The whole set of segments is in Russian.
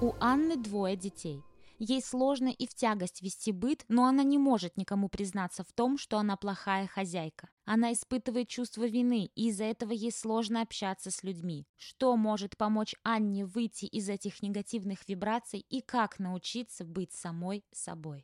У Анны 2 детей. Ей сложно и в тягость вести быт, но она не может никому признаться в том, что она плохая хозяйка. Она испытывает чувство вины, и из-за этого ей сложно общаться с людьми. Что может помочь Анне выйти из этих негативных вибраций и как научиться быть самой собой?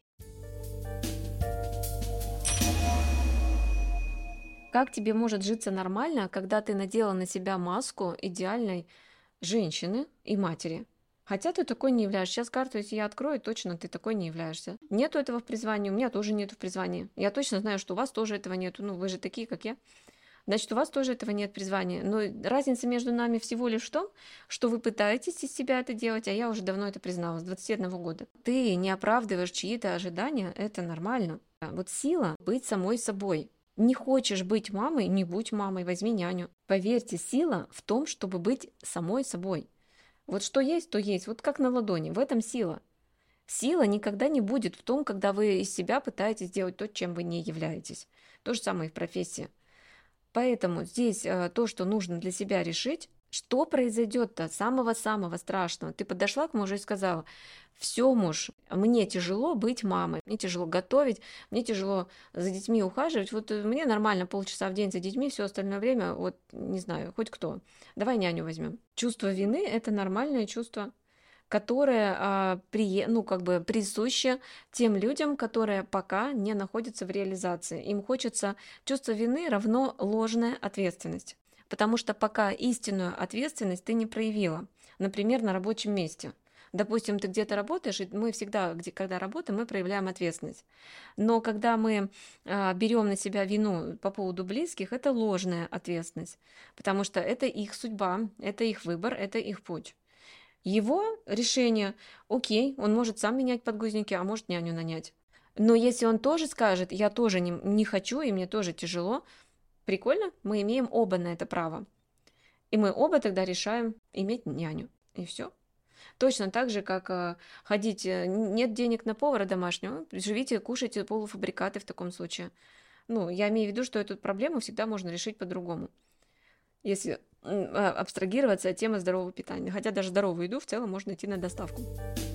Как тебе может житься нормально, когда ты надела на себя маску идеальной женщины и матери? Хотя ты такой не являешься. Сейчас карту, если я открою, точно ты такой не являешься. Нету этого в призвании, у меня тоже нету в призвании. Я точно знаю, что у вас тоже этого нету. Ну, вы же такие, как я. Значит, у вас тоже этого нет в призвании. Но разница между нами всего лишь в том, что вы пытаетесь из себя это делать, а я уже давно это признала, с 21 года. Ты не оправдываешь чьи-то ожидания, это нормально. Вот сила быть самой собой. Не хочешь быть мамой, не будь мамой, возьми няню. Поверьте, сила в том, чтобы быть самой собой. Вот что есть, то есть. Вот как на ладони. В этом сила. Сила никогда не будет в том, когда вы из себя пытаетесь сделать то, чем вы не являетесь. То же самое и в профессии. Поэтому здесь то, что нужно для себя решить, что произойдет-то самого-самого страшного. Ты подошла к мужу и сказала: все, муж, мне тяжело быть мамой, мне тяжело готовить, мне тяжело за детьми ухаживать. Вот мне нормально полчаса в день за детьми, все остальное время, вот не знаю, хоть кто. Давай няню возьмем. Чувство вины – это нормальное чувство, которое присуще тем людям, которые пока не находятся в реализации. Им хочется, чувство вины равно ложная ответственность. Потому что пока истинную ответственность ты не проявила, например, на рабочем месте. Допустим, ты где-то работаешь, и мы всегда, когда работаем, мы проявляем ответственность. Но когда мы берем на себя вину по поводу близких, это ложная ответственность, потому что это их судьба, это их выбор, это их путь. Его решение, окей, он может сам менять подгузники, а может няню нанять. Но если он тоже скажет: я тоже не хочу, и мне тоже тяжело, прикольно, мы имеем оба на это право. И мы оба тогда решаем иметь няню. И все. Точно так же, как ходить, нет денег на повара домашнего, живите, кушайте полуфабрикаты в таком случае. Ну, я имею в виду, что эту проблему всегда можно решить по-другому, если абстрагироваться от темы здорового питания. Хотя даже здоровую еду в целом можно идти на доставку.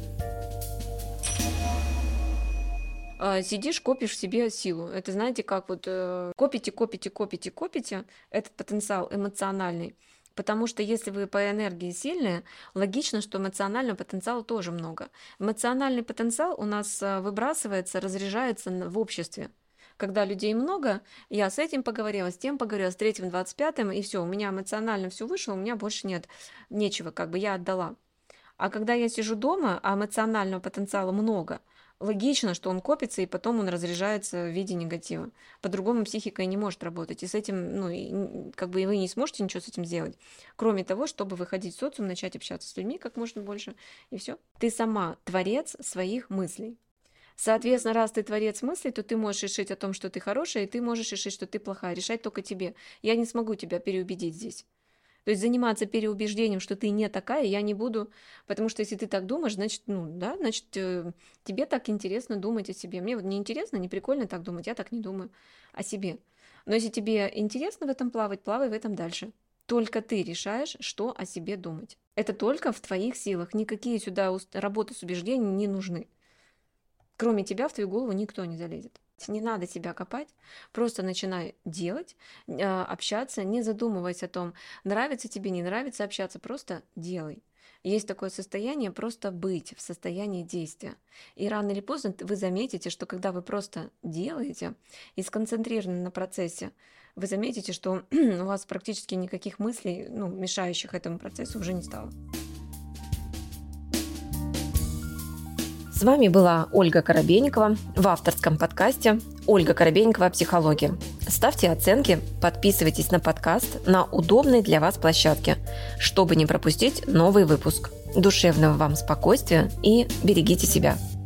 Сидишь, копишь в себе силу. Это, знаете, как вот копите этот потенциал эмоциональный. Потому что если вы по энергии сильные, логично, что эмоционального потенциала тоже много. Эмоциональный потенциал у нас выбрасывается, разряжается в обществе. Когда людей много, я с этим поговорила, с тем поговорила, с третьим, 25-м, и все, у меня эмоционально все вышло, у меня больше нет нечего, как бы я отдала. А когда я сижу дома, а эмоционального потенциала много, логично, что он копится, и потом он разряжается в виде негатива. По-другому психика и не может работать. И с этим, как бы и вы не сможете ничего с этим сделать, кроме того, чтобы выходить в социум, начать общаться с людьми как можно больше, и все. Ты сама творец своих мыслей. Соответственно, раз ты творец мыслей, то ты можешь решить о том, что ты хорошая, и ты можешь решить, что ты плохая. Решать только тебе. Я не смогу тебя переубедить здесь. То есть заниматься переубеждением, что ты не такая, я не буду, потому что если ты так думаешь, значит, тебе так интересно думать о себе. Мне вот не интересно, не прикольно так думать, я так не думаю о себе. Но если тебе интересно в этом плавать, плавай в этом дальше. Только ты решаешь, что о себе думать. Это только в твоих силах. Никакие сюда работы с убеждением не нужны. Кроме тебя в твою голову никто не залезет. Не надо себя копать, просто начинай делать, общаться, не задумываясь о том, нравится тебе, не нравится общаться, просто делай. Есть такое состояние просто быть в состоянии действия. И рано или поздно вы заметите, что когда вы просто делаете и сконцентрированы на процессе, вы заметите, что у вас практически никаких мыслей, мешающих этому процессу, уже не стало. С вами была Ольга Коробейникова в авторском подкасте «Ольга Коробейникова. Психология». Ставьте оценки, подписывайтесь на подкаст на удобной для вас площадке, чтобы не пропустить новый выпуск. Душевного вам спокойствия и берегите себя.